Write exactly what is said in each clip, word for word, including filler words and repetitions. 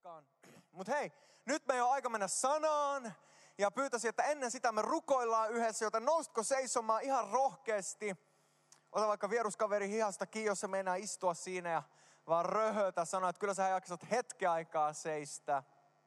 ollutkaan. Mutta hei, nyt me ei ole aika mennä sanaan. Ja pyytäisin, että ennen sitä me rukoillaan yhdessä, joten noustko seisomaan ihan rohkeasti. Ota vaikka vieruskaveri hihasta kiinni, jos se meinaa istua siinä ja vaan röhötä. Sanoa, että kyllä sä jaksat hetken aikaa seistä.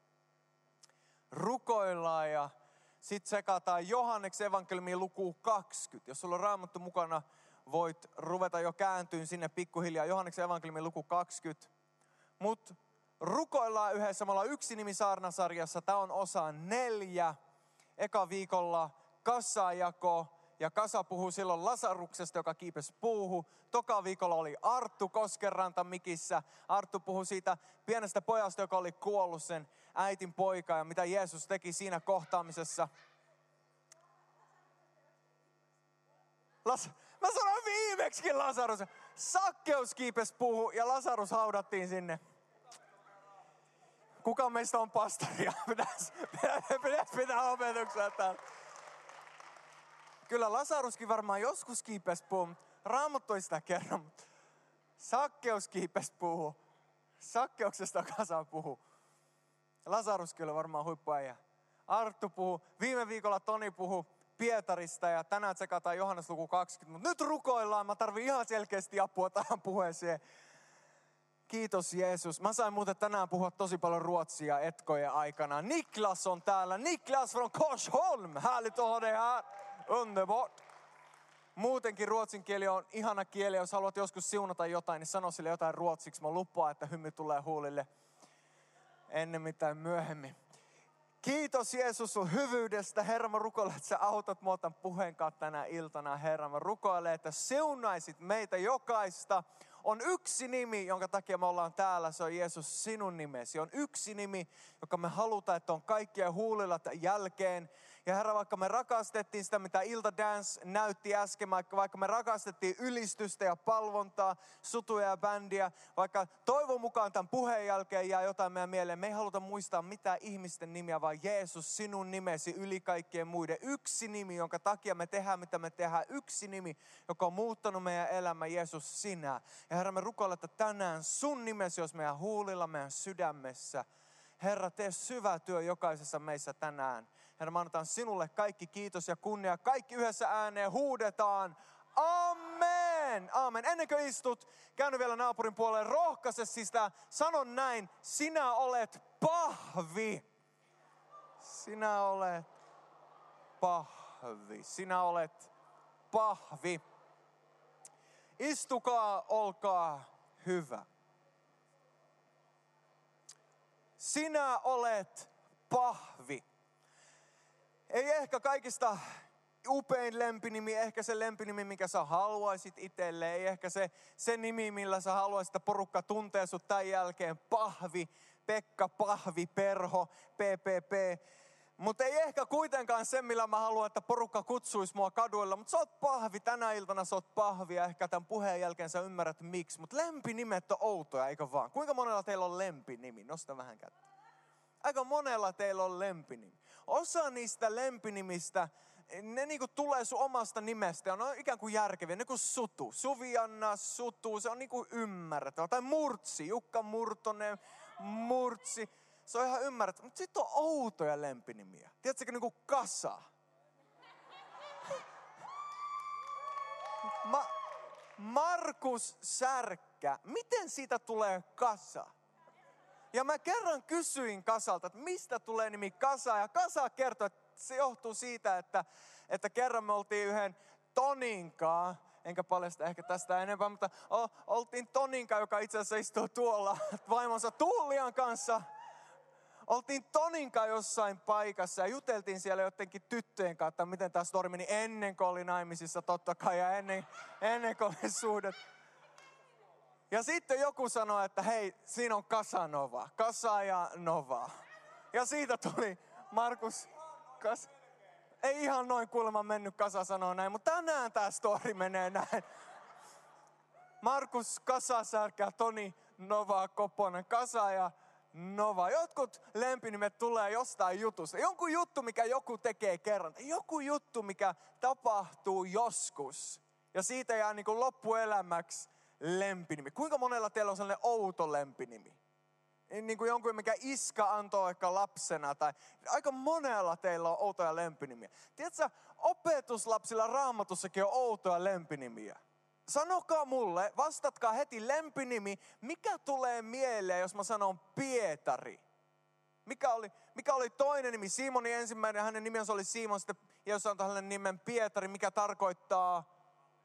Rukoillaan ja sitten sekataan Johanneksen evankeliumiin lukuun kaksikymmentä. Jos sulla on Raamattu mukana, voit ruveta jo kääntyyn sinne pikkuhiljaa. Johanneksen evankeliumiin luku kaksikymmentä. Mutta rukoillaan yhdessä. Me ollaan yksi nimi saarnasarjassa. Tämä on osa neljä. Eka viikolla kassajako. Ja Kasa puhuu silloin Lasaruksesta, joka kiipesi puuhun. Toka viikolla oli Arttu Koskenranta mikissä. Arttu puhui siitä pienestä pojasta, joka oli kuollut, sen äitin poika. Ja mitä Jeesus teki siinä kohtaamisessa. Las- Mä sanoin viimeksikin Lasarus. Sakkeus kiipesi puuhun ja Lasarus haudattiin sinne. Kuka meistä on pastoria? Pitäisi pitäis pitää opetuksia täällä. Kyllä Lasaruskin varmaan joskus kiipesi puuhun. Raamattu ei sitä kerran, mutta Sakkeus kiipesi puuhun. Sakkeuksesta Kasa puhuu. Lasarus kyllä varmaan huippuäijä. Arttu puhuu. Viime viikolla Toni puhuu Pietarista ja tänään tsekataan Johannes luku kaksikymmentä. Mutta nyt rukoillaan. Mä tarvin ihan selkeästi apua tähän puheeseen. Kiitos Jeesus. Mä sain muuten tänään puhua tosi paljon ruotsia etkojen aikana. Niklas on täällä. Niklas från Korsholm. Härligt att ha dig här. Underbart. Muutenkin ruotsin kieli on ihana kieli. Jos haluat joskus siunata jotain, niin sano sille jotain ruotsiksi. Mä lupaan, että hymy tulee huulille ennen mitään myöhemmin. Kiitos Jeesus sun hyvyydestä. Herra, mä rukoilen, että sä autat mua tämän puheen kautta tänä iltana. Herra, mä rukoilen, että siunaisit meitä jokaista. On yksi nimi, jonka takia me ollaan täällä. Se on Jeesus, sinun nimesi. On yksi nimi, joka me halutaan, että on kaikkien huulilla jälkeen. Ja Herra, vaikka me rakastettiin sitä, mitä Ilta Dance näytti äsken, vaikka me rakastettiin ylistystä ja palvontaa, sutuja ja bändiä, vaikka toivon mukaan tämän puheen jälkeen jää jotain meidän mieleen, me ei haluta muistaa mitään ihmisten nimiä, vaan Jeesus, sinun nimesi yli kaikkien muiden. Yksi nimi, jonka takia me tehdään, mitä me tehdään. Yksi nimi, joka on muuttanut meidän elämä, Jeesus, sinä. Ja Herra, me rukoilemme, että tänään sun nimesi olisi meidän huulilla, meidän sydämessä. Herra, tee syvä työ jokaisessa meissä tänään. Herra, me annetaan sinulle kaikki kiitos ja kunnia. Kaikki yhdessä ääneen huudetaan. Amen. Amen. Ennen kuin istut, käänny vielä naapurin puolelle. Rohkaise sitä. Sano näin. Sinä olet pahvi. Sinä olet pahvi. Sinä olet pahvi. Istukaa, olkaa hyvä. Sinä olet pahvi. Ei ehkä kaikista upein lempinimi, ehkä se lempinimi, minkä sä haluaisit itselle. Ei ehkä se, se nimi, millä sä haluaisit, että porukka tuntee sut tämän jälkeen. Pahvi, Pekka, Pahvi, Perho, P P P. Mutta ei ehkä kuitenkaan se, millä mä haluan, että porukka kutsuisi mua kaduilla. Mutta sä oot pahvi, tänä iltana sä oot pahvi ja ehkä tämän puheen jälkeen sä ymmärrät miksi. Mutta lempinimet on outoja, eikö vaan? Kuinka monella teillä on lempinimi? Nosta vähän kättä. Aika monella teillä on lempinimi. Osa niistä lempinimistä, ne niinku tulee sun omasta nimestä ja ne on ikään kuin järkeviä. Ne kuin Sutu, Suvianna, Sutu, se on niinku ymmärrettävä. Tai Murtsi, Jukka Murtonen, Murtsi. Se on ihan ymmärrettävä. Mutta sitten on outoja lempinimiä. Tiedätkö niinku Kasa? Ma- Markus Särkkä. Miten siitä tulee Kasa? Ja mä kerran kysyin Kasalta, että mistä tulee nimi Kasa. Ja Kasa kertoi, että se johtuu siitä, että, että kerran me oltiin yhden Toninkaan. Enkä paljasta ehkä tästä enempää, mutta o, oltiin Toninkaan, joka itse asiassa istuu tuolla vaimonsa Tuulian kanssa. Oltiin Toninkaan jossain paikassa ja juteltiin siellä jotenkin tyttöjen kanssa, että miten tämä story meni ennen kuin oli naimisissa totta kai ja ennen, ennen kuin oli suhdet. Ja sitten joku sanoi, että hei, siinä on Casanova. Kasa ja Nova. Ja siitä tuli Markus Kas. Ei ihan noin kuulemma mennyt, Kasa sanoo näin, mutta tänään tämä story menee näin. Markus Kasa Särkkä, Toni Nova Koponen, Kasa ja Nova. Jotkut lempinimet tulee jostain jutusta. Jonkun juttu, mikä joku tekee kerran. Joku juttu, mikä tapahtuu joskus. Ja siitä jää niin kuin loppuelämäksi lempinimi. Kuinka monella teillä on sellainen outo lempinimi? niin kuin jonkun, mikä iskä antoi ehkä lapsena. Tai aika monella teillä on outoja lempinimiä. Tiedätkö, opetuslapsilla Raamatussakin on outoja lempinimiä. Sanokaa mulle, vastatkaa heti lempinimi, mikä tulee mieleen, jos mä sanon Pietari? Mikä oli, mikä oli toinen nimi? Simonin ensimmäinen, hänen nimensä oli Simon, sitten Jeesus antoi hänelle nimen Pietari, mikä tarkoittaa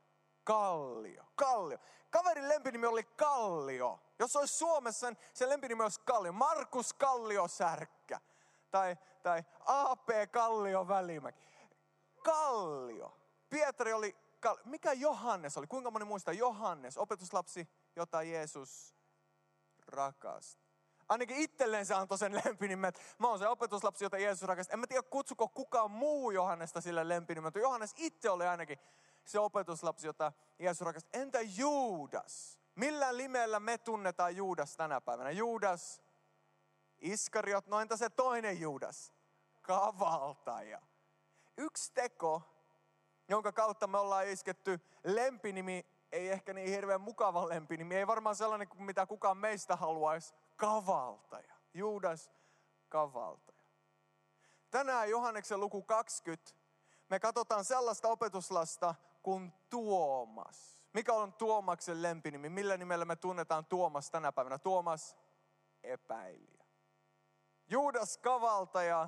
Kallio. Kallio. Kaverin lempinimi oli Kallio. Jos olisi Suomessa, niin se lempinimi olisi Kallio. Markus Kallio Särkkä. Tai, tai A P Kallio Välimäki. Kallio. Pietari oli Kallio. Mikä Johannes oli? Kuinka moni muistaa? Johannes, opetuslapsi, jota Jeesus rakasti. Ainakin itselleen se antoi sen lempinimen, että mä oon se opetuslapsi, jota Jeesus rakasti. En mä tiedä, kutsuko kukaan muu Johannesta sille lempinimen, mutta Johannes itse oli ainakin se opetuslapsi, jota Jeesus rakasti. Entä Juudas? Millä nimellä me tunnetaan Juudas tänä päivänä? Juudas Iskariot, no entä se toinen Juudas? Kavaltaja. Yksi teko, jonka kautta me ollaan isketty lempinimi, ei ehkä niin hirveän mukava lempinimi, ei varmaan sellainen kuin mitä kukaan meistä haluaisi, kavaltaja. Juudas kavaltaja. Tänään Johanneksen luku kaksikymmentä. Me katsotaan sellaista opetuslasta kuin Tuomas. Mikä on Tuomaksen lempinimi? Millä nimellä me tunnetaan Tuomas tänä päivänä? Tuomas epäilijä. Juudas kavaltaja,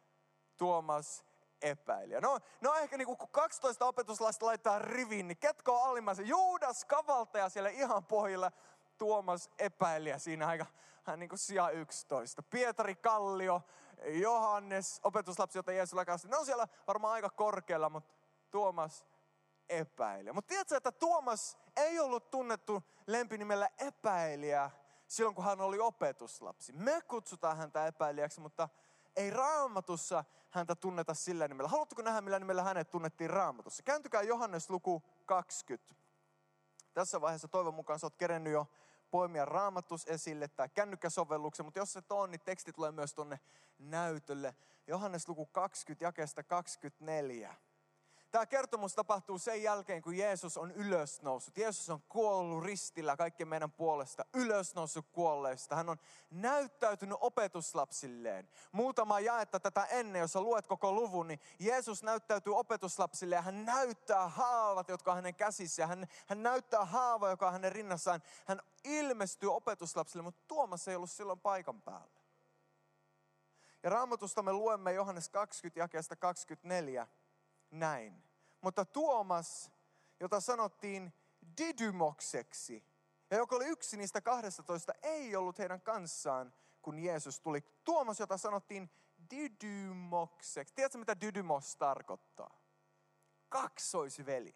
Tuomas epäilijä. No, no ehkä niin kuin kaksitoista opetuslasta laittaa riviin, niin ketkä on alimmaisen? Juudas kavaltaja siellä ihan pohjilla. Tuomas epäilijä siinä aika hän niin kuin sija yksitoista. Pietari Kallio, Johannes, opetuslapsi, jota Jeesus rakasti. Ne on siellä varmaan aika korkealla, mutta Tuomas epäilijä. Mutta tiedätkö, että Tuomas ei ollut tunnettu lempinimellä epäilijä silloin, kun hän oli opetuslapsi. Me kutsutaan häntä epäilijäksi, mutta ei Raamatussa häntä tunneta sillä nimellä. Haluatteko nähdä, millä nimellä hänet tunnettiin Raamatussa? Kääntykää Johannes luku kaksikymmentä. Tässä vaiheessa toivon mukaan sä oot kerennyt jo poimia Raamatus esille tai kännykkäsovelluksen, mutta jos et ole, niin teksti tulee myös tuonne näytölle. Johannes luku kaksikymmentä, jakeesta kaksikymmentäneljä. Tämä kertomus tapahtuu sen jälkeen, kun Jeesus on ylösnoussut. Jeesus on kuollut ristillä kaikkien meidän puolesta, ylösnoussut kuolleista. Hän on näyttäytynyt opetuslapsilleen. Muutama jaetta tätä ennen, jos sä luet koko luvun, niin Jeesus näyttäytyy opetuslapsille ja hän näyttää haavat, jotka on hänen käsissä. Hän, hän näyttää haava, joka on hänen rinnassaan. Hän ilmestyy opetuslapsille, mutta Tuomas ei ollut silloin paikan päällä. Ja Raamatusta me luemme Johannes kaksikymmentä, jakeesta kaksikymmentäneljä. Näin. Mutta Tuomas, jota sanottiin Didymokseksi, ja joka oli yksi niistä kahdestatoista, ei ollut heidän kanssaan, kun Jeesus tuli. Tuomas, jota sanottiin Didymokseksi. Tiedätkö, mitä Didymos tarkoittaa? Kaksoisveli.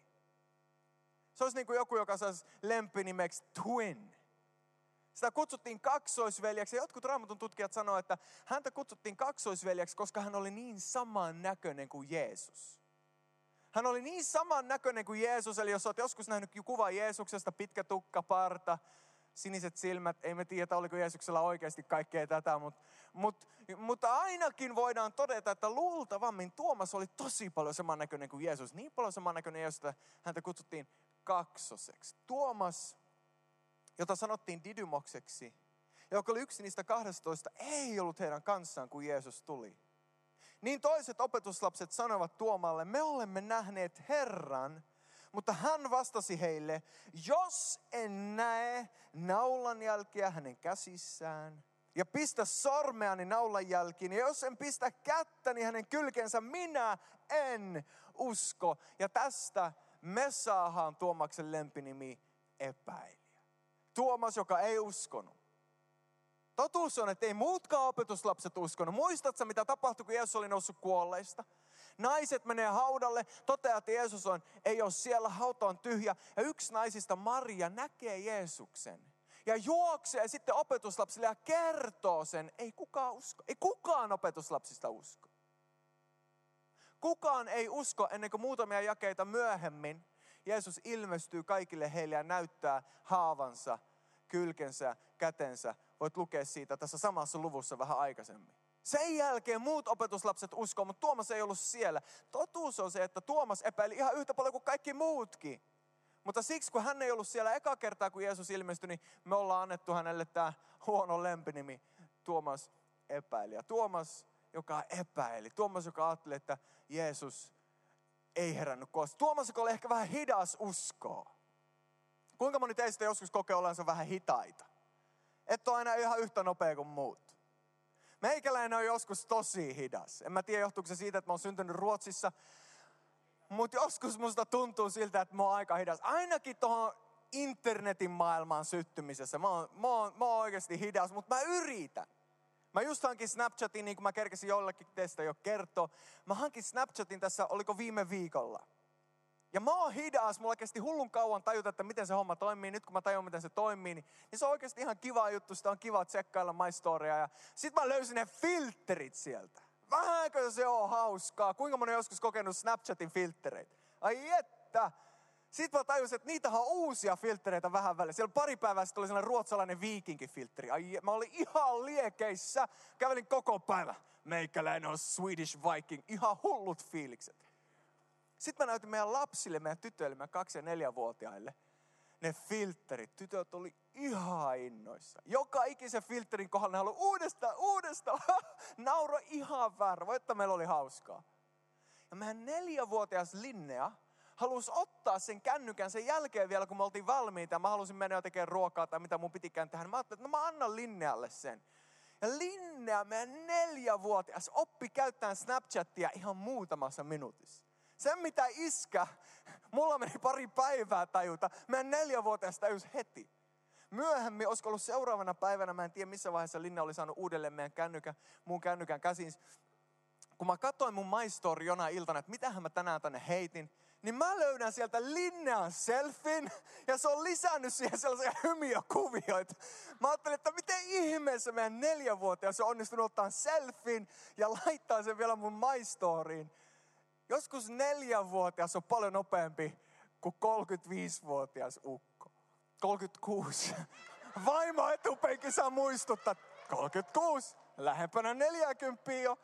Se olisi niin kuin joku, joka saisi lempinimeksi twin. Sitä kutsuttiin kaksoisveljeksi. Jotkut Raamatun tutkijat sanoo, että häntä kutsuttiin kaksoisveljeksi, koska hän oli niin saman näköinen kuin Jeesus. Hän oli niin saman näköinen kuin Jeesus, eli jos olet joskus nähnyt kuva Jeesuksesta, pitkä tukka, parta, siniset silmät, ei me tiedä, oliko Jeesuksella oikeasti kaikkea tätä, mutta, mutta, mutta ainakin voidaan todeta, että luultavammin Tuomas oli tosi paljon saman näköinen kuin Jeesus. Niin paljon saman näköinen Jeesus, että häntä kutsuttiin kaksoseksi. Tuomas, jota sanottiin Didymokseksi, joka oli yksi niistä kahdestatoista, ei ollut heidän kanssaan, kun Jeesus tuli. Niin toiset opetuslapset sanovat Tuomalle, me olemme nähneet Herran, mutta hän vastasi heille, jos en näe naulanjälkiä hänen käsissään ja pistä sormeani naulanjälkiin, ja jos en pistä kättäni hänen kylkensä, minä en usko. Ja tästä me saadaan Tuomaksen lempinimi epäilijä. Tuomas, joka ei uskonut. Totuus on, että ei muutkaan opetuslapset uskonut. Muistatko, mitä tapahtui, kun Jeesus oli noussut kuolleista? Naiset menee haudalle, toteaa, että Jeesus on, ei ole siellä, hauta on tyhjä. Ja yksi naisista, Maria, näkee Jeesuksen. Ja juoksee sitten opetuslapsille ja kertoo sen. Ei kukaan usko. Ei kukaan opetuslapsista usko. Kukaan ei usko ennen kuin muutamia jakeita myöhemmin. Jeesus ilmestyy kaikille heille ja näyttää haavansa, kylkensä, kätensä. Voit lukea siitä tässä samassa luvussa vähän aikaisemmin. Sen jälkeen muut opetuslapset uskoo, mutta Tuomas ei ollut siellä. Totuus on se, että Tuomas epäili ihan yhtä paljon kuin kaikki muutkin. Mutta siksi, kun hän ei ollut siellä eka kertaa, kun Jeesus ilmestyi, niin me ollaan annettu hänelle tämä huono lempinimi Tuomas epäili. Ja Tuomas, joka epäili. Tuomas, joka ajatteli, että Jeesus ei herännyt kuolleista. Tuomas, joka oli ehkä vähän hidas uskoa. Kuinka moni teistä joskus kokee olensa vähän hitaita? Et ole aina ihan yhtä nopea kuin muut. Meikäläinen on joskus tosi hidas. En mä tiedä, johtuuko se siitä, että mä oon syntynyt Ruotsissa. Mutta joskus musta tuntuu siltä, että mä oon aika hidas. Ainakin tuohon internetin maailmaan syttymisessä. Mä oon, mä oon, mä oon oikeasti hidas, mutta mä yritän. Mä just hankin Snapchatin, niin kuin mä kerkesin jollekin teistä jo kertoa. Mä hankin Snapchatin tässä, oliko viime viikolla. Ja mä oon hidas, mulla kesti hullun kauan tajuta, että miten se homma toimii. Nyt kun mä tajun, miten se toimii, niin, niin se on oikeasti ihan kiva juttu. Sitä on kiva tsekkailla my storya. Ja sit mä löysin ne filterit sieltä. Vähänkö se on hauskaa? Kuinka moni on joskus kokenut Snapchatin filtereitä? Ai että! Sitten mä tajusin, että niitä on uusia filtereitä vähän väliin. Siellä pari päivää sitten oli sellainen ruotsalainen viikinkifilteri. Ai, mä olin ihan liekeissä. Kävelin koko päivä. Meikäläinen on Swedish Viking. Ihan hullut fiilikset. Sitten mä näytin meidän lapsille, meidän tytöille, meidän kaksi- ja neljävuotiaille. Ne filterit. Tytöt oli ihan innoissa. Joka ikisen filterin kohdalla ne haluaa uudestaan, uudestaan. Nauro ihan väärä. Voi, että meillä oli hauskaa. Ja meidän neljävuotias Linnea halusi ottaa sen kännykän sen jälkeen vielä, kun me oltiin valmiita. Mä halusin mennä jo tekemään ruokaa tai mitä mun pitikään tehdä. Mä ajattelin, että no mä annan Linnealle sen. Ja Linnea, meidän neljävuotias, oppi käyttämään Snapchatia ihan muutamassa minuutissa. Sen mitä iskä, mulla meni pari päivää tajuta, meidän neljävuotias tajusi heti. Myöhemmin, olisiko ollut seuraavana päivänä, mä en tiedä missä vaiheessa Linnea oli saanut uudelleen meidän kännykän, mun kännykän käsiin. Kun mä katsoin mun My Story jonain iltana, että mitähän mä tänään tänne heitin, niin mä löydän sieltä Linnean selfin ja se on lisännyt siihen sellaisia hymiökuvioita. Mä ajattelin, että miten ihmeessä meidän neljävuotias on onnistunut ottaa selfin ja laittaa sen vielä mun My Storyin. Joskus neljävuotias on paljon nopeampi kuin kolmekymmentäviisivuotias ukko. kolmekymmentäkuusi. Vaimo etupenkin saa muistuttaa. kolmekymmentäkuusi. Lähempänä neljäkymmentä jo.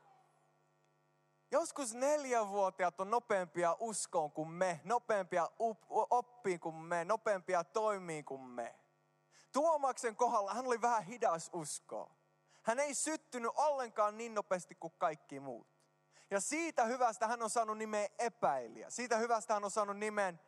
Joskus neljävuotiaat on nopeampia uskoon kuin me, nopeampia oppiin kuin me, nopeampia toimiin kuin me. Tuomaksen kohdalla hän oli vähän hidas uskoa. Hän ei syttynyt ollenkaan niin nopeasti kuin kaikki muut. Ja siitä hyvästä hän on saanut nimen epäilijä. Siitä hyvästä hän on saanut nimen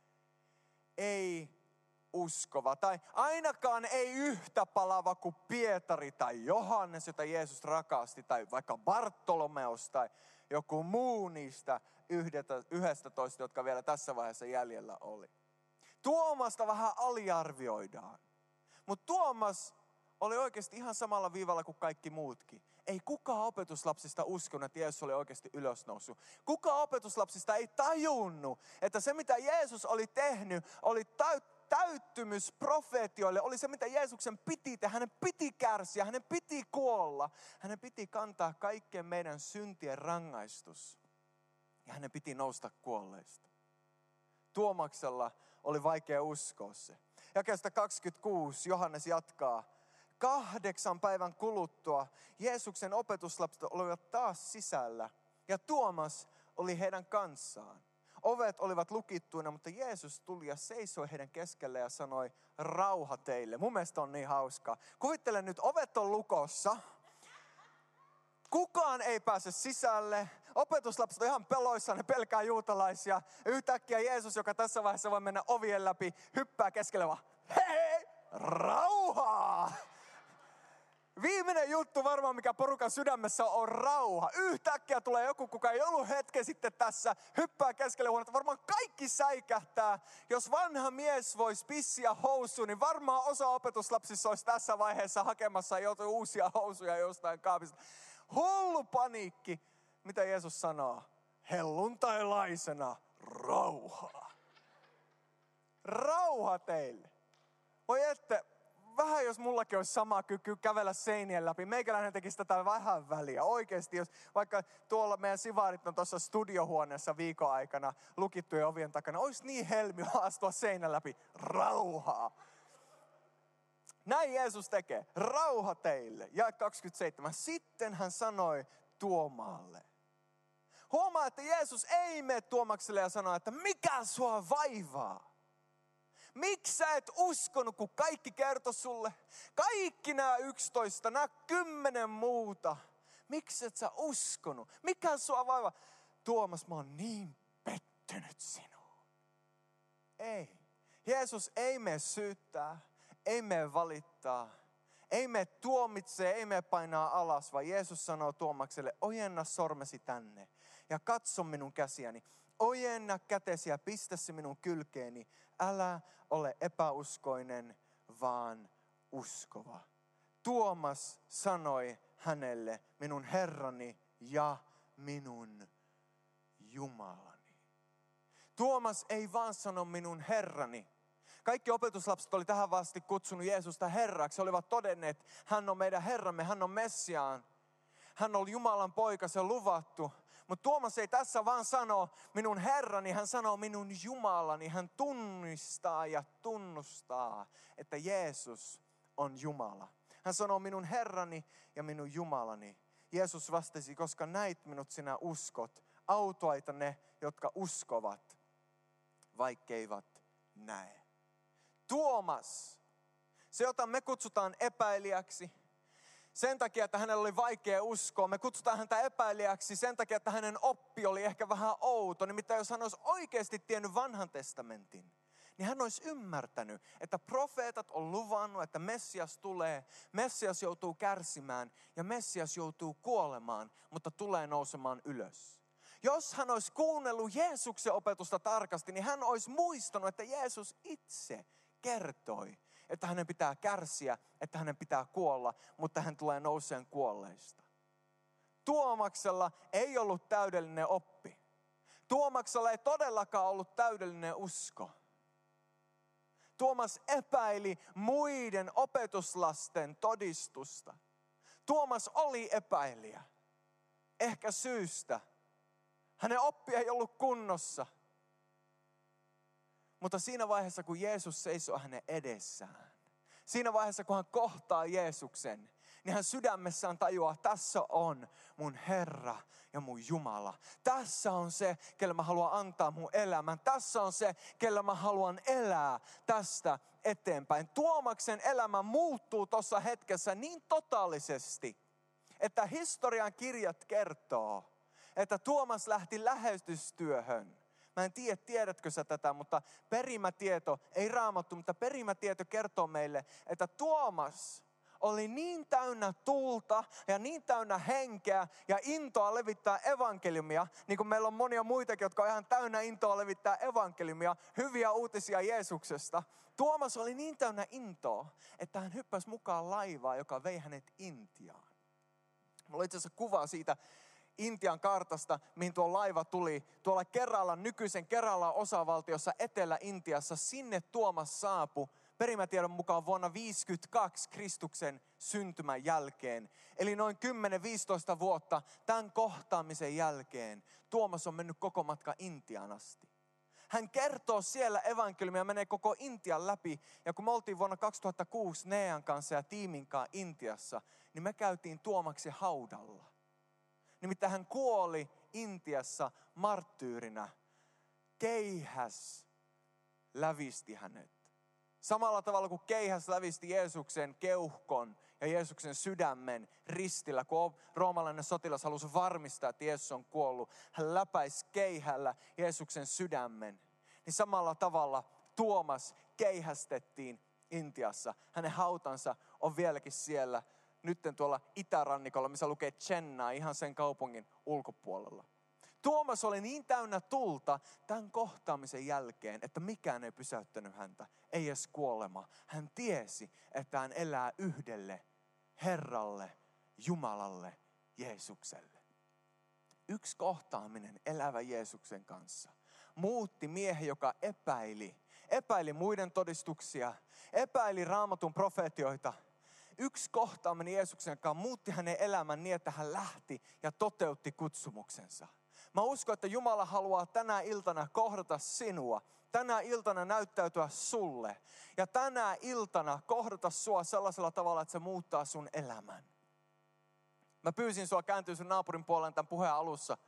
ei uskova. Tai ainakaan ei yhtä palava kuin Pietari tai Johannes, jota Jeesus rakasti. Tai vaikka Bartolomeus tai joku muu niistä yhdestä toista, jotka vielä tässä vaiheessa jäljellä oli. Tuomasta vähän aliarvioidaan. Mutta Tuomas oli oikeasti ihan samalla viivalla kuin kaikki muutkin. Ei kukaan opetuslapsista uskonut, että Jeesus oli oikeasti ylösnoussut. Kukaan opetuslapsista ei tajunnut, että se mitä Jeesus oli tehnyt, oli täyttymys profeetioille. Oli se mitä Jeesuksen piti tehdä. Hänen piti kärsiä, hänen piti kuolla. Hänen piti kantaa kaikkien meidän syntien rangaistus. Ja hänen piti nousta kuolleista. Tuomaksella oli vaikea uskoa se. Jakeesta kaksikymmentäkuusi Johannes jatkaa. Kahdeksan päivän kuluttua Jeesuksen opetuslapset olivat taas sisällä ja Tuomas oli heidän kanssaan. Ovet olivat lukittuina, mutta Jeesus tuli ja seisoi heidän keskelle ja sanoi, rauha teille. Mun mielestä on niin hauskaa. Kuvittele nyt, ovet on lukossa. Kukaan ei pääse sisälle. Opetuslapset on ihan peloissaan, ne pelkää juutalaisia. Yhtäkkiä Jeesus, joka tässä vaiheessa voi mennä ovien läpi, hyppää keskelle vaan, hei, rauhaa! Viimeinen juttu varmaan, mikä porukan sydämessä on, on rauha. Yhtäkkiä tulee joku, kuka ei ollut hetken sitten tässä, hyppää keskelle huonetta. Varmaan kaikki säikähtää. Jos vanha mies voisi pissiä housuun, niin varmaan osa opetuslapsissa olisi tässä vaiheessa hakemassa jotain uusia housuja jostain kaapista. Hullu paniikki. Mitä Jeesus sanoo? Helluntailaisena rauhaa. Rauha teille. Voi ette... Vähän jos mullakin olisi sama kyky kävellä seinien läpi. Meikäläinen tekisi tätä vähän väliä. Oikeasti, jos vaikka tuolla meidän sivaarit on tuossa studiohuoneessa viikon aikana lukittujen ovien takana, olisi niin helmiä astua seinän läpi. Rauhaa. Näin Jeesus tekee. Rauha teille. Jae kaksikymmentäseitsemän. Sitten hän sanoi Tuomaalle. Huomaa, että Jeesus ei mene Tuomakselle ja sano, että mikä sua vaivaa. Miksi sä et uskonut, kun kaikki kertoi sulle? Kaikki nämä yksitoista, nämä kymmenen muuta. Miksi et sä uskonut? Mikä sua vaiva? Tuomas, mä oon niin pettynyt sinuun. Ei. Jeesus ei mene syyttää, ei mene valittaa, ei mene tuomitsee, ei mene painaa alas, vaan Jeesus sanoo Tuomakselle, ojenna sormesi tänne ja katso minun käsiäni. Ojenna kätesi ja pistä se minun kylkeeni. Älä ole epäuskoinen, vaan uskova. Tuomas sanoi hänelle, minun Herrani ja minun Jumalani. Tuomas ei vaan sano minun Herrani. Kaikki opetuslapset oli tähän vasti kutsunut Jeesusta Herraksi. He olivat todenneet, että hän on meidän Herramme, hän on Messiaan. Hän on Jumalan poika, se on luvattu. Mutta Tuomas ei tässä vaan sano minun Herrani, hän sanoo minun Jumalani. Hän tunnistaa ja tunnustaa, että Jeesus on Jumala. Hän sanoo minun Herrani ja minun Jumalani. Jeesus vastasi, koska näit minut sinä uskot. Autuaita ne, jotka uskovat, vaikkeivät näe. Tuomas, se jota me kutsutaan epäilijäksi, sen takia, että hänellä oli vaikea uskoa. Me kutsutaan häntä epäilijäksi sen takia, että hänen oppi oli ehkä vähän outo. Nimittäin jos hän olisi oikeasti tiennyt vanhan testamentin, niin hän olisi ymmärtänyt, että profeetat on luvannut, että Messias tulee. Messias joutuu kärsimään ja Messias joutuu kuolemaan, mutta tulee nousemaan ylös. Jos hän olisi kuunnellut Jeesuksen opetusta tarkasti, niin hän olisi muistanut, että Jeesus itse kertoi, että hänen pitää kärsiä, että hänen pitää kuolla, mutta hän tulee nouseen kuolleista. Tuomaksella ei ollut täydellinen oppi. Tuomaksella ei todellakaan ollut täydellinen usko. Tuomas epäili muiden opetuslasten todistusta. Tuomas oli epäilijä. Ehkä syystä. Hänen oppi ei ollut kunnossa. Mutta siinä vaiheessa, kun Jeesus seisoo hänen edessään, siinä vaiheessa, kun hän kohtaa Jeesuksen, niin hän sydämessään tajuaa, tässä on mun Herra ja mun Jumala. Tässä on se, kelle mä haluan antaa mun elämän. Tässä on se, kelle mä haluan elää tästä eteenpäin. Tuomaksen elämä muuttuu tuossa hetkessä niin totaalisesti, että historian kirjat kertoo, että Tuomas lähti lähetystyöhön. Mä en tiedä, tiedätkö sä tätä, mutta perimätieto, ei Raamattu, mutta perimätieto kertoo meille, että Tuomas oli niin täynnä tuulta ja niin täynnä henkeä ja intoa levittää evankeliumia, niin kuin meillä on monia muitakin, jotka on ihan täynnä intoa levittää evankeliumia, hyviä uutisia Jeesuksesta. Tuomas oli niin täynnä intoa, että hän hyppäsi mukaan laivaan, joka vei hänet Intiaan. Mulla on itse asiassa kuva siitä Intian kartasta, mihin tuo laiva tuli. Tuolla Keralan, nykyisen Keralan osavaltiossa Etelä-Intiassa, sinne Tuomas saapui perimätiedon mukaan vuonna viisikymmentäkaksi Kristuksen syntymän jälkeen. Eli noin kymmenen viisitoista vuotta tämän kohtaamisen jälkeen Tuomas on mennyt koko matka Intiaan asti. Hän kertoo siellä evankeliumia, menee koko Intian läpi. Ja kun me oltiin vuonna kaksituhattakuusi Nean kanssa ja tiimin kanssa Intiassa, niin me käytiin Tuomaksen haudalla. Nimittäin hän kuoli Intiassa marttyyrinä. Keihäs lävisti hänet. Samalla tavalla kuin keihäs lävisti Jeesuksen keuhkon ja Jeesuksen sydämen ristillä, kun roomalainen sotilas halusi varmistaa, että Jeesus on kuollut. Hän läpäisi keihällä Jeesuksen sydämen. Niin samalla tavalla Tuomas keihästettiin Intiassa. Hänen hautansa on vieläkin siellä. Nytten tuolla itärannikolla, missä lukee Chennai, ihan sen kaupungin ulkopuolella. Tuomas oli niin täynnä tulta tämän kohtaamisen jälkeen, että mikään ei pysäyttänyt häntä, ei edes kuolema. Hän tiesi, että hän elää yhdelle Herralle, Jumalalle, Jeesukselle. Yksi kohtaaminen elävän Jeesuksen kanssa muutti miehen, joka epäili, epäili muiden todistuksia, epäili Raamatun profeetioita. Yksi kohtaaminen Jeesuksen kanssa muutti hänen elämän niin, että hän lähti ja toteutti kutsumuksensa. Mä uskon, että Jumala haluaa tänä iltana kohdata sinua. Tänä iltana näyttäytyä sulle. Ja tänä iltana kohdata sua sellaisella tavalla, että se muuttaa sun elämän. Mä pyysin sua kääntyä sun naapurin puoleen tämän puheen alussa.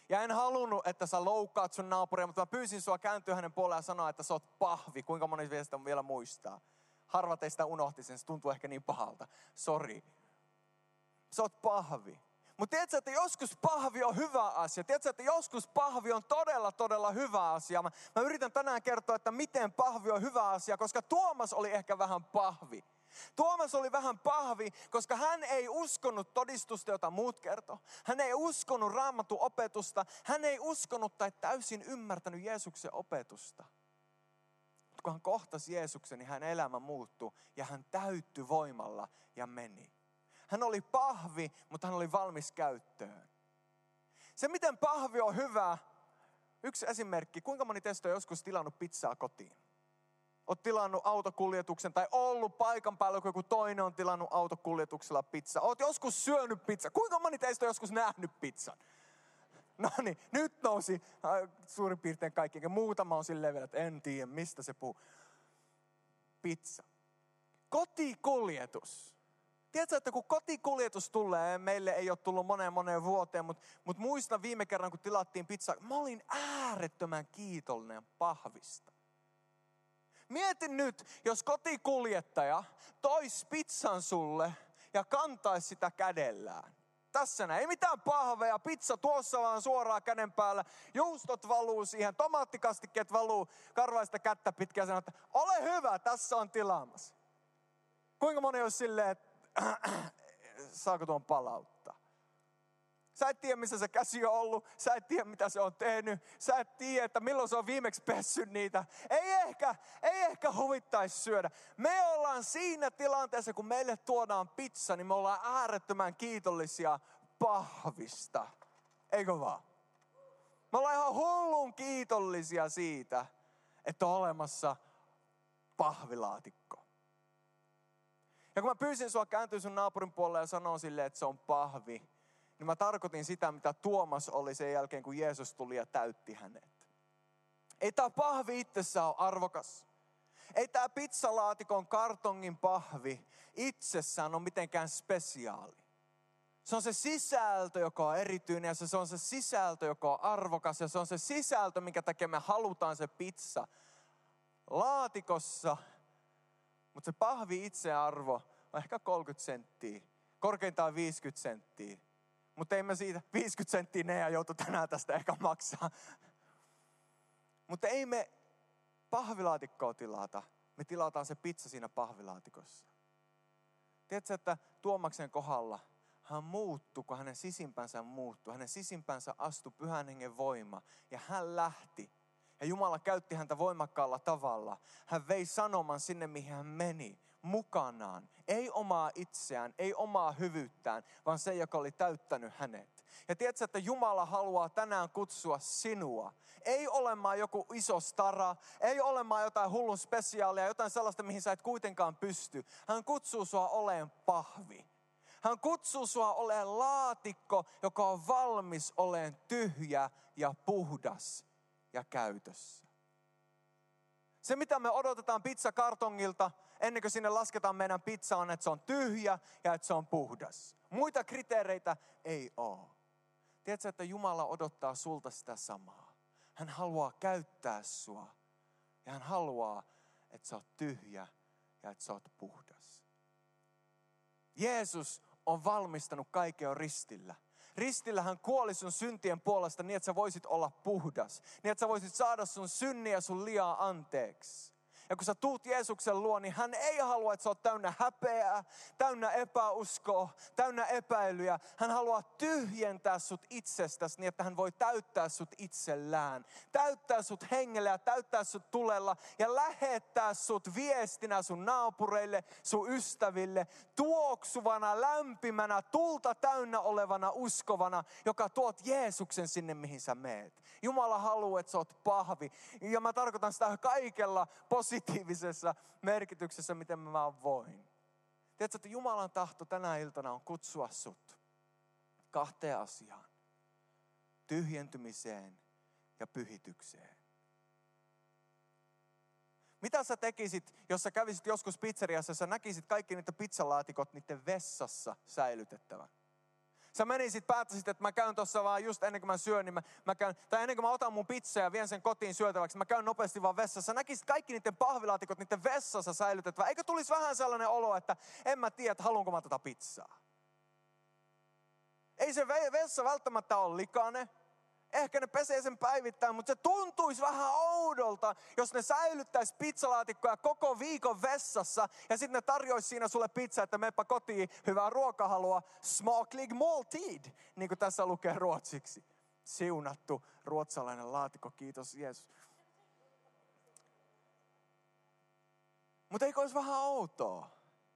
Ja en halunnut, että sä loukkaat sun naapuria, mutta mä pyysin sua kääntyä hänen puoleen ja sanoa, että sä oot pahvi. Kuinka moni sitä vielä muistaa? Harva teistä unohti sen, se tuntuu ehkä niin pahalta. Sori. Sä oot pahvi. Mutta tiedätkö, että joskus pahvi on hyvä asia. Tiedätkö, että joskus pahvi on todella, todella hyvä asia. Mä, mä yritän tänään kertoa, että miten pahvi on hyvä asia, koska Tuomas oli ehkä vähän pahvi. Tuomas oli vähän pahvi, koska hän ei uskonut todistusta, jota muut kertoo. Hän ei uskonut Raamatun opetusta. Hän ei uskonut tai täysin ymmärtänyt Jeesuksen opetusta. Mutta kun hän kohtasi Jeesuksen, niin hänen elämä muuttui ja hän täyttyi voimalla ja meni. Hän oli pahvi, mutta hän oli valmis käyttöön. Se, miten pahvi on hyvä, yksi esimerkki. Kuinka moni teistä on joskus tilannut pizzaa kotiin? Olet tilannut autokuljetuksen tai ollut paikan päällä, kun joku toinen on tilannut autokuljetuksella pizzaa. Olet joskus syönyt pizzaa. Kuinka moni teistä on joskus nähnyt pizzan? No niin, nyt nousi äh, suurin piirtein kaikki. Muutama on silleen vielä, että en tiedä, mistä se puhuu. Pizza. Kotikuljetus. Tiedätkö, että kun kotikuljetus tulee, meille ei ole tullut moneen moneen vuoteen, mutta, mutta muistan viime kerran, kun tilattiin pizzaa, mä olin äärettömän kiitollinen pahvista. Mietin nyt, jos kotikuljettaja toisi pizzan sulle ja kantaisi sitä kädellään. Tässä näin, ei mitään pahveja, pizza tuossa vaan suoraan käden päällä, juustot valuu siihen, tomaattikastikkeet valuu karvaista kättä pitkin ja sanoo, että ole hyvä, tässä on tilaamassa. Kuinka moni olisi silleen, että saako tuon palauttaa? Sä et tiedä, missä se käsi on ollut. Sä et tiedä, mitä se on tehnyt. Sä et tiedä, että milloin se on viimeksi pessyt niitä. Ei ehkä, ei ehkä huvittaisi syödä. Me ollaan siinä tilanteessa, kun meille tuodaan pizza, niin me ollaan äärettömän kiitollisia pahvista. Eikö vaan? Me ollaan ihan hullun kiitollisia siitä, että on olemassa pahvilaatikko. Ja kun mä pyysin sua kääntyä sun naapurin puolelle ja sanoa silleen, että se on pahvi, niin mä tarkoitin sitä, mitä Tuomas oli sen jälkeen, kun Jeesus tuli ja täytti hänet. Ei tää pahvi itsessään ole arvokas. Ei tää pizzalaatikon kartongin pahvi itsessään ole mitenkään spesiaali. Se on se sisältö, joka on erityinen ja se on se sisältö, joka on arvokas ja se on se sisältö, minkä takia me halutaan se pizza laatikossa. Mutta se pahvi itsearvo on ehkä kolmekymmentä senttiä, korkeintaan viisikymmentä senttiä. Mutta ei me siitä viisikymmentä senttiä Nea joutu tänään tästä ehkä maksaa. Mutta ei me pahvilaatikkoa tilata, me tilataan se pizza siinä pahvilaatikossa. Tiedätkö, että Tuomaksen kohdalla hän muuttui, kun hänen sisimpänsä muuttui. Hänen sisimpänsä astui Pyhän Hengen voima ja hän lähti. Ja Jumala käytti häntä voimakkaalla tavalla. Hän vei sanoman sinne, mihin hän meni, mukanaan. Ei omaa itseään, ei omaa hyvyyttään, vaan se, joka oli täyttänyt hänet. Ja tiedätkö, että Jumala haluaa tänään kutsua sinua. Ei olemaan joku iso stara, ei olemaan jotain hullun spesiaalia, jotain sellaista, mihin sä et kuitenkaan pysty. Hän kutsuu sua oleen pahvi. Hän kutsuu sua oleen laatikko, joka on valmis oleen tyhjä ja puhdas ja käytössä. Se, mitä me odotetaan pizzakartongilta, ennen kuin sinne lasketaan meidän pizza, on, että se on tyhjä ja että se on puhdas. Muita kriteereitä ei ole. Tiedätkö, että Jumala odottaa sulta sitä samaa. Hän haluaa käyttää sua. Ja hän haluaa, että sä oot tyhjä ja että sä oot puhdas. Jeesus on valmistanut kaiken jo ristillä. Ristillä hän kuoli sun syntien puolesta niin, että sä voisit olla puhdas. Niin, että sä voisit saada sun synniä sun liaa anteeksi. Ja kun sä tuut Jeesuksen luo, niin hän ei halua, että sä oot täynnä häpeää, täynnä epäuskoa, täynnä epäilyjä. Hän haluaa tyhjentää sut itsestäsi niin, että hän voi täyttää sut itsellään. Täyttää sut hengellä ja täyttää sut tulella ja lähettää sut viestinä sun naapureille, sun ystäville. Tuoksuvana, lämpimänä, tulta täynnä olevana uskovana, joka tuot Jeesuksen sinne, mihin sä meet. Jumala haluaa, että sä oot pahvi. Ja mä tarkoitan sitä kaikella positiivisessa merkityksessä, miten mä voin. Tiedätkö, että Jumalan tahto tänä iltana on kutsua sut kahteen asiaan. Tyhjentymiseen ja pyhitykseen. Mitä sä tekisit, jos sä kävisit joskus pizzeriassa ja sä näkisit kaikki niitä pizzalaatikot niiden vessassa säilytettävän? Sä menisit, päättäisit, että mä käyn tuossa vaan just ennen kuin mä syön, niin mä, mä käyn, tai ennen kuin mä otan mun pizzaa ja vien sen kotiin syötäväksi, mä käyn nopeasti vaan vessassa. Sä näkisit kaikki niiden pahvilaatikot niiden vessassa säilytettävä. Eikö tulisi vähän sellainen olo, että en mä tiedä, että haluanko mä tätä pizzaa. Ei se vessa välttämättä ole likainen. Ehkä ne pesee sen päivittäin, mutta se tuntuisi vähän oudolta, jos ne säilyttäisi pizzalaatikkoja koko viikon vessassa ja sitten ne tarjoisi siinä sulle pizza, että meepä kotiin, hyvää ruokahalua, smaklig måltid, niin kuin tässä lukee ruotsiksi. Siunattu ruotsalainen laatikko, kiitos Jeesus. Mutta eikö olisi vähän outoa,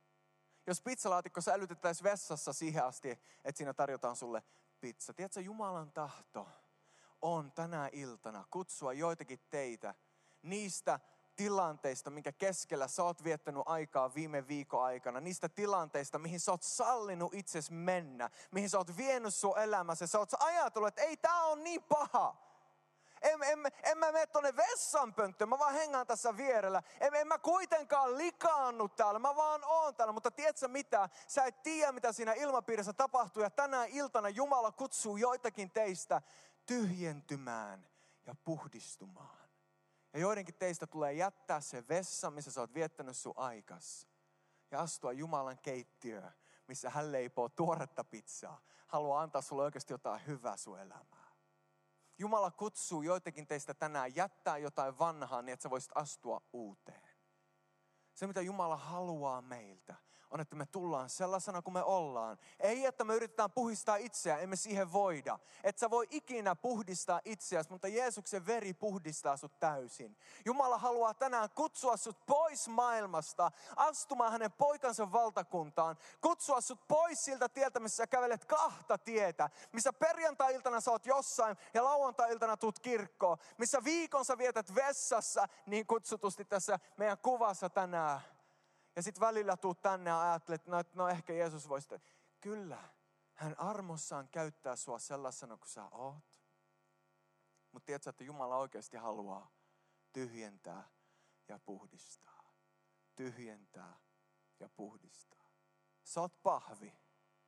jos pizzalaatikko säilytettäisiin vessassa siihen asti, että siinä tarjotaan sulle pizza. Tiedätkö, Jumalan tahto on tänä iltana kutsua joitakin teitä niistä tilanteista, minkä keskellä sä oot viettänyt aikaa viime viikon aikana. Niistä tilanteista, mihin sä oot sallinut itsesi mennä. Mihin sä oot vienyt sun elämässä. Sä oot ajatellut, että ei tää on niin paha. En, en, en mä mene tonne vessanpönttöön, mä vaan hengaan tässä vierellä. En, en mä kuitenkaan likaannut täällä, mä vaan oon täällä. Mutta tiedätkö mitä? Sä et tiedä, mitä siinä ilmapiirissä tapahtuu. Ja tänä iltana Jumala kutsuu joitakin teistä tyhjentymään ja puhdistumaan. Ja joidenkin teistä tulee jättää se vessa, missä sä oot viettänyt sun aikas. Ja astua Jumalan keittiöön, missä hän leipoo tuoretta pizzaa. Haluaa antaa sulle oikeasti jotain hyvää sun elämään. Jumala kutsuu joitakin teistä tänään jättää jotain vanhaa, niin että sä voisit astua uuteen. Se, mitä Jumala haluaa meiltä, on, että me tullaan sellaisena kuin me ollaan. Ei, että me yritetään puhdistaa itseä, emme siihen voida. Et sä voi ikinä puhdistaa itseäsi, mutta Jeesuksen veri puhdistaa sut täysin. Jumala haluaa tänään kutsua sut pois maailmasta, astumaan hänen poikansa valtakuntaan. Kutsua sut pois siltä tieltä, missä sä kävelet kahta tietä. Missä perjantai-iltana sä oot jossain ja lauantai-iltana tuut kirkkoon. Missä viikon sä vietät vessassa, niin kutsutusti tässä meidän kuvassa tänään. Ja sitten välillä tuut tänne ja ajattelet, että no, no ehkä Jeesus voisi. Kyllä, hän armossaan käyttää sua sellaisena kuin sä oot. Mutta tiedätkö, että Jumala oikeasti haluaa tyhjentää ja puhdistaa. Tyhjentää ja puhdistaa. Sä oot pahvi.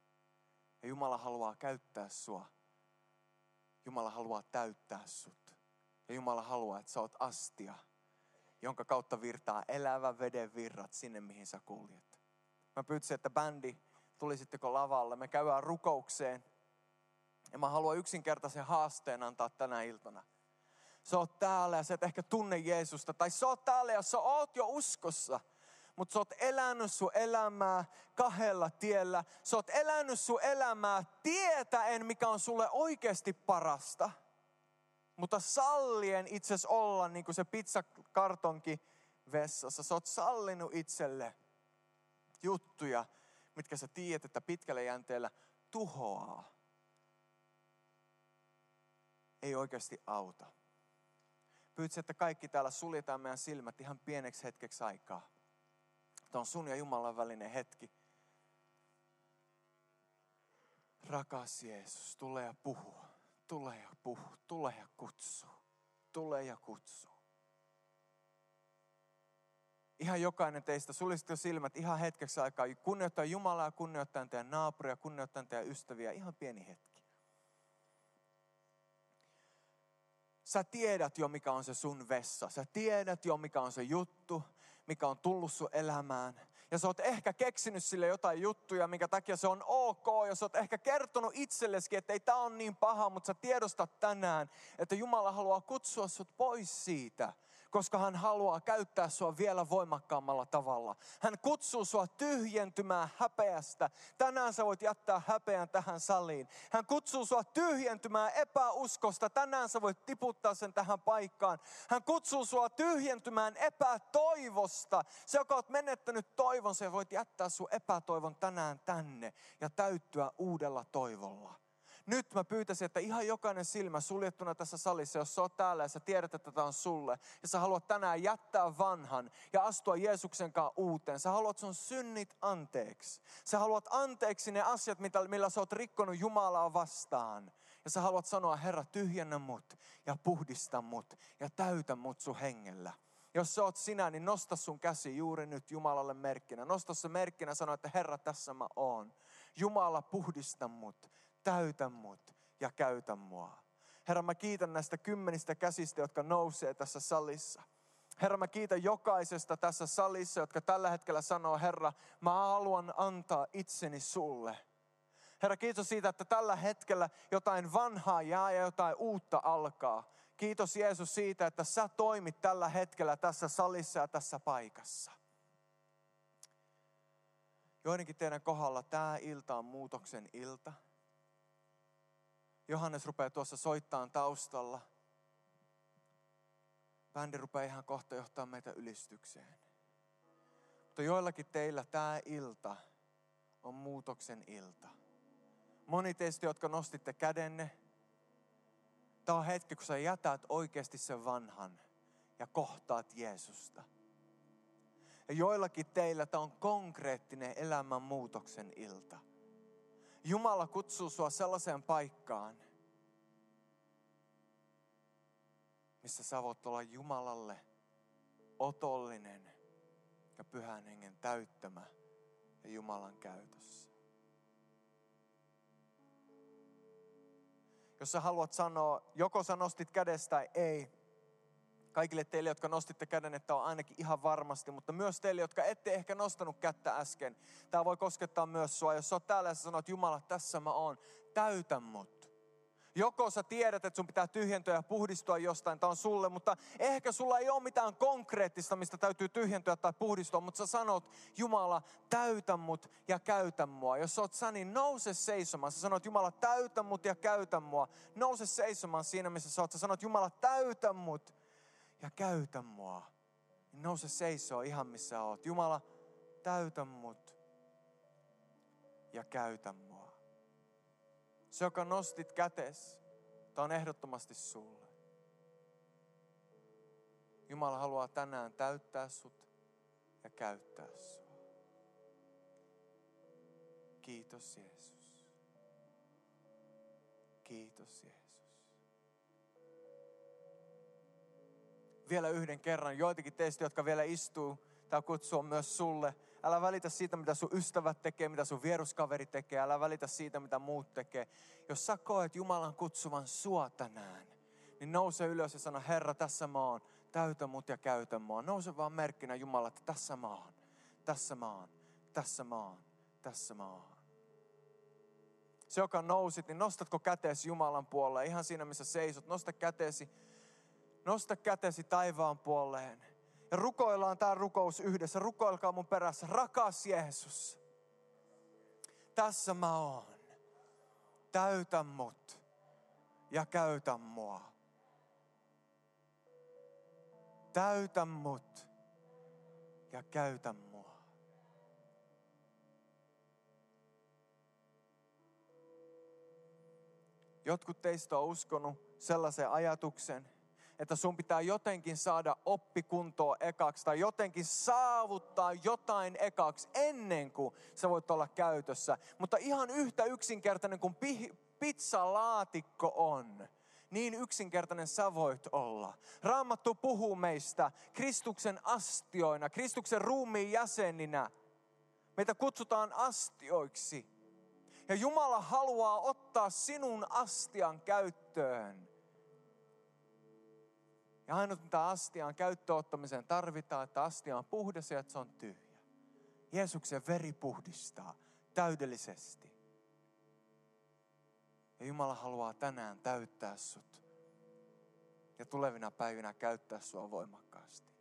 Ja Jumala haluaa käyttää sua. Jumala haluaa täyttää sut. Ja Jumala haluaa, että sä oot astia, jonka kautta virtaa elävä veden virrat sinne, mihin sä kuljet. Mä pyytäisin, että bändi tulisitteko lavalle. Me käydään rukoukseen. Ja mä haluan yksinkertaisen haasteen antaa tänä iltana. Sä oot täällä ja sä et ehkä tunne Jeesusta. Tai sä oot täällä ja sä oot jo uskossa. Mutta sä oot elänyt sun elämää kahdella tiellä. Sä oot elänyt sun elämää tietäen, mikä on sulle oikeasti parasta. Mutta sallien itses olla niin kuin se pizzakartonki vessassa. Sä oot sallinut itselle juttuja, mitkä sä tiedät, että pitkällä jänteellä tuhoaa. Ei oikeasti auta. Pyytäisin, että kaikki täällä suljetaan meidän silmät ihan pieneksi hetkeksi aikaa. Tämä on sun ja Jumalan välinen hetki. Rakas Jeesus, tule ja puhu. Tule ja puhu, tule ja kutsu, tule ja kutsu. Ihan jokainen teistä, sulisitte silmät ihan hetkeksi aikaa. Kunnioittaa Jumalaa, kunnioittaa teidän naapuria, kunnioittaa teidän ystäviä. Ihan pieni hetki. Sä tiedät jo, mikä on se sun vessa. Sä tiedät jo, mikä on se juttu, mikä on tullut sun elämään. Ja sä oot ehkä keksinyt sille jotain juttuja, minkä takia se on ok. Ja sä oot ehkä kertonut itsellesikin, että ei tää on niin paha, mutta sä tiedostat tänään, että Jumala haluaa kutsua sut pois siitä. Koska hän haluaa käyttää sua vielä voimakkaammalla tavalla. Hän kutsuu sua tyhjentymään häpeästä. Tänään sä voit jättää häpeän tähän saliin. Hän kutsuu sua tyhjentymään epäuskosta. Tänään sä voit tiputtaa sen tähän paikkaan. Hän kutsuu sua tyhjentymään epätoivosta. Se, joka oot menettänyt toivon, sä voit jättää sun epätoivon tänään tänne ja täyttyä uudella toivolla. Nyt mä pyytäisin, että ihan jokainen silmä suljettuna tässä salissa, jos sä oot täällä ja sä tiedät, että tämä on sulle. Ja sä haluat tänään jättää vanhan ja astua Jeesuksen kanssa uuteen. Sä haluat sun synnit anteeksi. Sä haluat anteeksi ne asiat, millä sä oot rikkonut Jumalaa vastaan. Ja sä haluat sanoa, Herra, tyhjennä mut ja puhdista mut ja täytä mut sun hengellä. Jos sä oot sinä, niin nosta sun käsi juuri nyt Jumalalle merkkinä. Nosta se merkkinä ja sano, että Herra, tässä mä oon. Jumala, puhdista mut. täytä mut ja käytä mua. Herra, mä kiitän näistä kymmenistä käsistä, jotka nousee tässä salissa. Herra, mä kiitän jokaisesta tässä salissa, jotka tällä hetkellä sanoo, Herra, mä haluan antaa itseni sulle. Herra, kiitos siitä, että tällä hetkellä jotain vanhaa jää ja jotain uutta alkaa. Kiitos Jeesus siitä, että sä toimit tällä hetkellä tässä salissa ja tässä paikassa. Joidenkin teidän kohdalla tämä ilta on muutoksen ilta. Johannes rupeaa tuossa soittamaan taustalla. Bändi rupeaa ihan kohta johtaa meitä ylistykseen. Mutta joillakin teillä tämä ilta on muutoksen ilta. Moni teistä, jotka nostitte kädenne, tämä on hetki, kun sä jätät oikeasti sen vanhan ja kohtaat Jeesusta. Ja joillakin teillä tämä on konkreettinen elämän muutoksen ilta. Jumala kutsuu sua sellaiseen paikkaan, missä sä voit olla Jumalalle otollinen ja Pyhän Hengen täyttämä ja Jumalan käytössä. Jos sä haluat sanoa, joko sä nostit kädestä tai ei, kaikille teille, jotka nostitte käden, että on ainakin ihan varmasti, mutta myös teille, jotka ette ehkä nostanut kättä äsken. Tämä voi koskettaa myös sua. Jos sä oot täällä ja sä sanot, Jumala, tässä mä oon, täytä mut. Joko sä tiedät, että sun pitää tyhjentyä ja puhdistua jostain, tämä on sulle, mutta ehkä sulla ei ole mitään konkreettista, mistä täytyy tyhjentyä tai puhdistua, mutta sä sanot, Jumala, täytä mut ja käytä mua. Jos sä oot sä, niin nouse seisomaan. Sä sanot, Jumala, täytä mut ja käytä mua. Nouse seisomaan siinä, missä sä oot. Sä sanot, Jumala, täytä mut ja käytä mua. Nouse seisoo ihan missä oot. Jumala, täytä mut ja käytä mua. Se, joka nostit kätes, tämä on ehdottomasti sulle. Jumala haluaa tänään täyttää sut ja käyttää sua. Kiitos Jeesus. Kiitos Jeesus. Vielä yhden kerran, joitakin teistä, jotka vielä istuu, tämä kutsu on myös sulle. Älä välitä siitä, mitä sun ystävät tekee, mitä sun vieruskaveri tekee. Älä välitä siitä, mitä muut tekee. Jos sä koet Jumalan kutsuvan sua tänään, niin nouse ylös ja sano, Herra, tässä mä oon. Täytä mut ja käytä mua. Nouse vaan merkkinä Jumala, että tässä mä oon. Tässä mä oon. Tässä mä oon. Tässä mä oon. Se, joka nousit, niin nostatko käteesi Jumalan puolelle? Ihan siinä, missä seisot. Nosta käteesi. Nosta käteesi taivaan puoleen. Ja rukoillaan tämä rukous yhdessä. Rukoilkaa mun perässä. Rakas Jeesus, tässä mä oon. Täytä mut ja käytä mua. Täytä mut ja käytä mua. Jotkut teistä on uskonut sellaisen ajatuksen, että sun pitää jotenkin saada oppikuntoa ekaksi tai jotenkin saavuttaa jotain ekaksi ennen kuin sä voit olla käytössä. Mutta ihan yhtä yksinkertainen kuin pizzalaatikko on, niin yksinkertainen sä voit olla. Raamattu puhuu meistä Kristuksen astioina, Kristuksen ruumiin jäseninä. Meitä kutsutaan astioiksi. Ja Jumala haluaa ottaa sinun astian käyttöön. Ja ainut mitä astian käyttöönottamiseen tarvitaan, että astia on puhdas ja että se on tyhjä. Jeesuksen veri puhdistaa täydellisesti. Ja Jumala haluaa tänään täyttää sut. Ja tulevina päivinä käyttää sua voimakkaasti.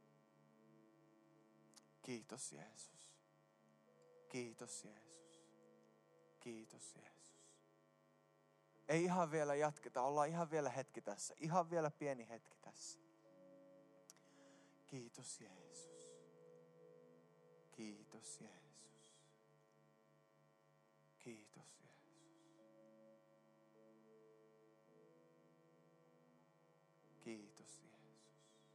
Kiitos Jeesus. Kiitos Jeesus. Kiitos Jeesus. Ei ihan vielä jatketa, ollaan ihan vielä hetki tässä. Ihan vielä pieni hetki tässä. Kiitos Jeesus. Kiitos Jeesus. Kiitos Jeesus. Kiitos Jeesus.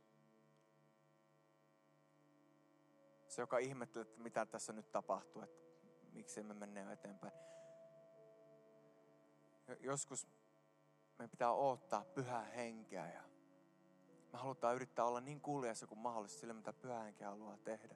Se, joka ihmettelee, että mitä tässä nyt tapahtuu, että miksi me mennään eteenpäin. Joskus meidän pitää odottaa Pyhää Henkeä ja me halutaan yrittää olla niin kuuliaisia kuin mahdollista sille, mitä Pyhä Henki haluaa tehdä.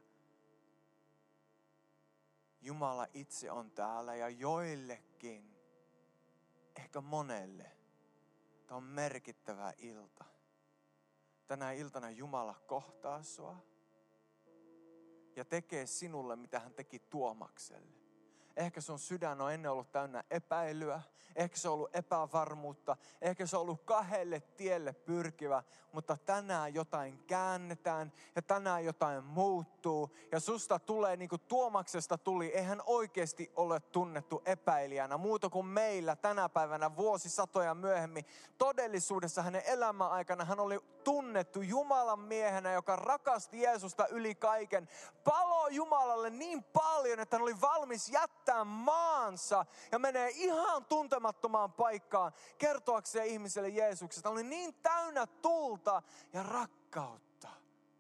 Jumala itse on täällä ja joillekin aika monelle tämä on merkittävä ilta. Tänä iltana Jumala kohtaa sua ja tekee sinulle, mitä hän teki Tuomakselle. Ehkä sun sydän on ennen ollut täynnä epäilyä. Ehkä se on ollut epävarmuutta. Ehkä se on ollut kahdelle tielle pyrkivä. Mutta tänään jotain käännetään ja tänään jotain muuttuu. Ja susta tulee niin kuin Tuomaksesta tuli. Eihän oikeasti ole tunnettu epäilijänä. Muuta kuin meillä tänä päivänä vuosisatoja myöhemmin. Todellisuudessa hänen elämän aikana hän oli tunnettu Jumalan miehenä, joka rakasti Jeesusta yli kaiken. Paloi Jumalalle niin paljon, että hän oli valmis jättää maansa ja menee ihan tuntemattomaan paikkaan kertoakseen ihmiselle Jeesuksesta. Hän oli niin täynnä tulta ja rakkautta.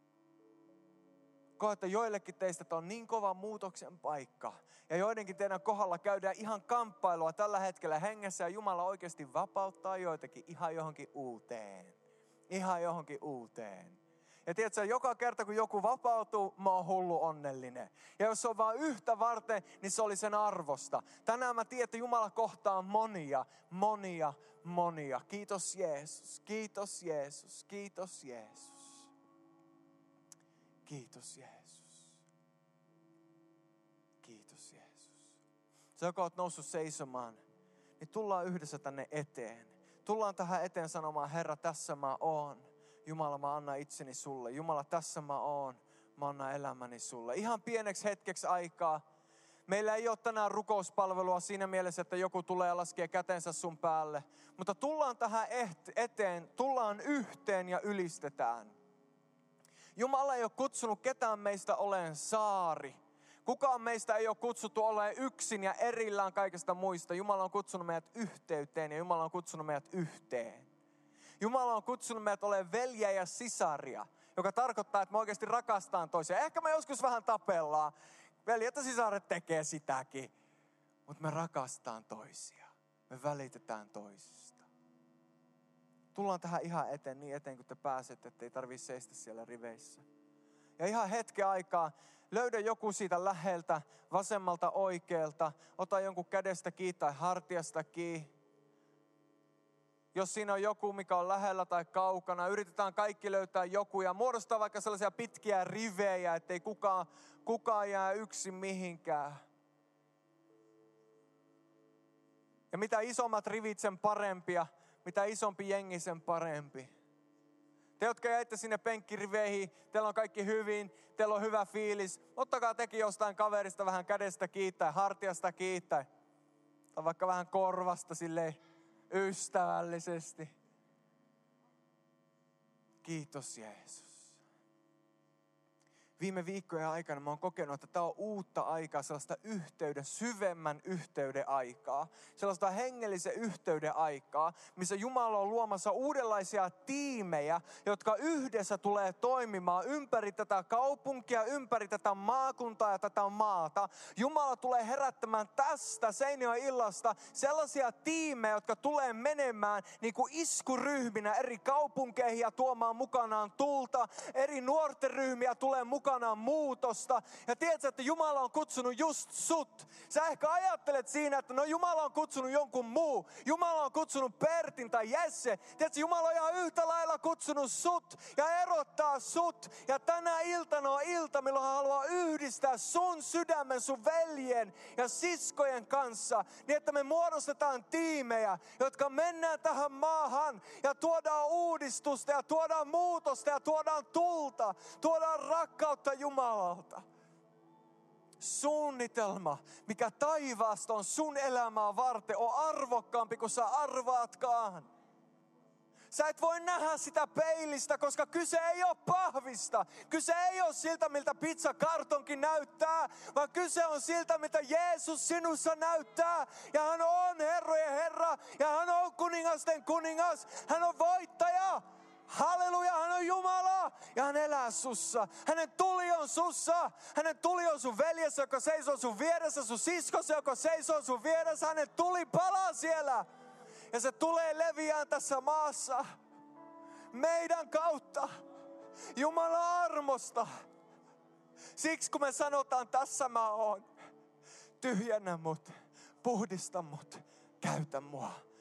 Koette joillekin teistä, että on niin kova muutoksen paikka. Ja joidenkin teidän kohdalla käydään ihan kamppailua tällä hetkellä hengessä ja Jumala oikeasti vapauttaa joitakin ihan johonkin uuteen. Ihan johonkin uuteen. Ja tiedätkö, joka kerta kun joku vapautuu, mä oon hullu onnellinen. Ja jos se on vain yhtä varten, niin se oli sen arvosta. Tänään mä tiedän, että Jumala kohtaa monia, monia, monia. Kiitos Jeesus, kiitos Jeesus, kiitos Jeesus. Kiitos Jeesus. Kiitos Jeesus. Sä joka oot noussut seisomaan, niin tullaan yhdessä tänne eteen. Tullaan tähän eteen sanomaan, Herra, tässä mä oon. Jumala, mä annan itseni sulle. Jumala, tässä mä oon. Mä annan elämäni sulle. Ihan pieneksi hetkeksi aikaa. Meillä ei ole tänään rukouspalvelua siinä mielessä, että joku tulee ja laskee kätensä sun päälle. Mutta tullaan tähän eteen, tullaan yhteen ja ylistetään. Jumala ei ole kutsunut ketään meistä oleen saari. Kukaan meistä ei ole kutsuttu olemaan yksin ja erillään kaikesta muista. Jumala on kutsunut meidät yhteyteen ja Jumala on kutsunut meidät yhteen. Jumala on kutsunut meidät olemaan veljiä ja sisaria, joka tarkoittaa, että me oikeasti rakastaan toisia. Ehkä me joskus vähän tapellaan. Veljet ja sisaret tekee sitäkin. Mutta me rakastaan toisia. Me välitetään toisista. Tullaan tähän ihan eteen, niin eteen kun te pääsette, ettei tarvitse seistä siellä riveissä. Ja ihan hetken aikaa löydä joku siitä läheltä, vasemmalta oikealta. Ota jonkun kädestä kiinni tai hartiasta kiinni. Jos siinä on joku, mikä on lähellä tai kaukana, yritetään kaikki löytää joku ja muodostaa vaikka sellaisia pitkiä rivejä, ettei kukaan, kukaan jää yksin mihinkään. Ja mitä isommat rivit, sen parempia. Mitä isompi jengi, sen parempi. Te, jotka jäitte sinne penkkiriveihin, teillä on kaikki hyvin, teillä on hyvä fiilis. Ottakaa tekin jostain kaverista vähän kädestä kiittää, hartiasta kiittää. Tai vaikka vähän korvasta silleen ystävällisesti. Kiitos Jeesus. Viime viikkojen aikana mä oon kokenut, että tämä on uutta aikaa, sellaista yhteyden, syvemmän yhteyden aikaa. Sellaista hengellisen yhteyden aikaa, missä Jumala on luomassa uudenlaisia tiimejä, jotka yhdessä tulee toimimaan ympäri tätä kaupunkia, ympäri tätä maakuntaa ja tätä maata. Jumala tulee herättämään tästä Seinäjoen illasta sellaisia tiimejä, jotka tulee menemään niin kuin iskuryhminä eri kaupunkeihin ja tuomaan mukanaan tulta. Eri nuorten ryhmiä tulee mukanaan muutosta. Ja tiedätkö, että Jumala on kutsunut just sut. Sä ehkä ajattelet siinä, että no Jumala on kutsunut jonkun muu. Jumala on kutsunut Pertin tai Jesse. Tiedätkö, Jumala on ihan yhtä lailla kutsunut sut ja erottaa sut. Ja tänä iltana on ilta, milloin hän haluaa yhdistää sun sydämen, sun veljen ja siskojen kanssa. Niin, että me muodostetaan tiimejä, jotka mennään tähän maahan ja tuodaan uudistusta ja tuodaan muutosta ja tuodaan tulta. Tuodaan rakkautta Jumalalta. Suunnitelma, mikä taivaasta on sun elämää varten, on arvokkaampi kuin sä arvaatkaan. Sä et voi nähdä sitä peilistä, koska kyse ei ole pahvista. Kyse ei ole siltä, miltä pizzakartonkin näyttää, vaan kyse on siltä, mitä Jeesus sinussa näyttää. Ja hän on herrojen Herra, ja hän on kuningasten kuningas. Hän on voittaja. Halleluja, hän on Jumala ja hän elää sussa. Hänen tuli on sussa. Hänen tuli on sun veljessä, joka seisoo sun vieressä. Sun siskossa, joka seisoo sun vieressä. Hänen tuli palaa siellä. Ja se tulee leviään tässä maassa. Meidän kautta. Jumalan armosta. Siksi kun me sanotaan, tässä mä oon. Tyhjennä mut. Puhdista mut. Käytä mua.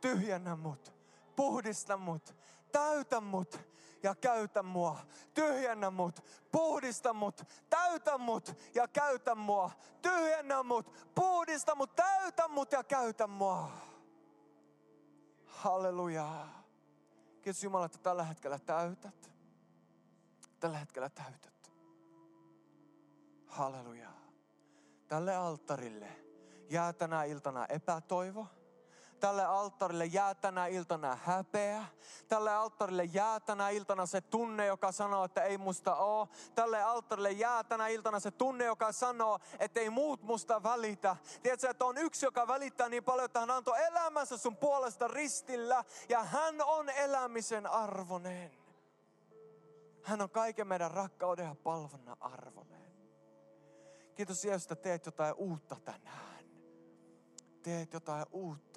tyhjennä mut, puhdista mut, täytä mut ja käytä mua. Tyhjennä mut, puhdista mut, täytä mut ja käytä mua. Tyhjennä mut, puhdista mut, täytä mut ja käytä mua. Halleluja. Kiitos Jumala, että tällä hetkellä täytät. Tällä hetkellä täytät. Halleluja. Tälle alttarille jää tänä iltana epätoivo. Tälle alttarille jää tänä iltana häpeä. Tälle alttarille jää tänä iltana se tunne, joka sanoo, että ei musta oo. Tälle alttarille jää tänä iltana se tunne, joka sanoo, että ei muut musta välitä. Tiedätkö, että on yksi, joka välittää niin paljon, että hän antoi elämänsä sun puolesta ristillä. Ja hän on elämisen arvoinen. Hän on kaiken meidän rakkauden ja palvonnan arvoinen. Kiitos Jeesus, että teet jotain uutta tänään. Teet jotain uutta.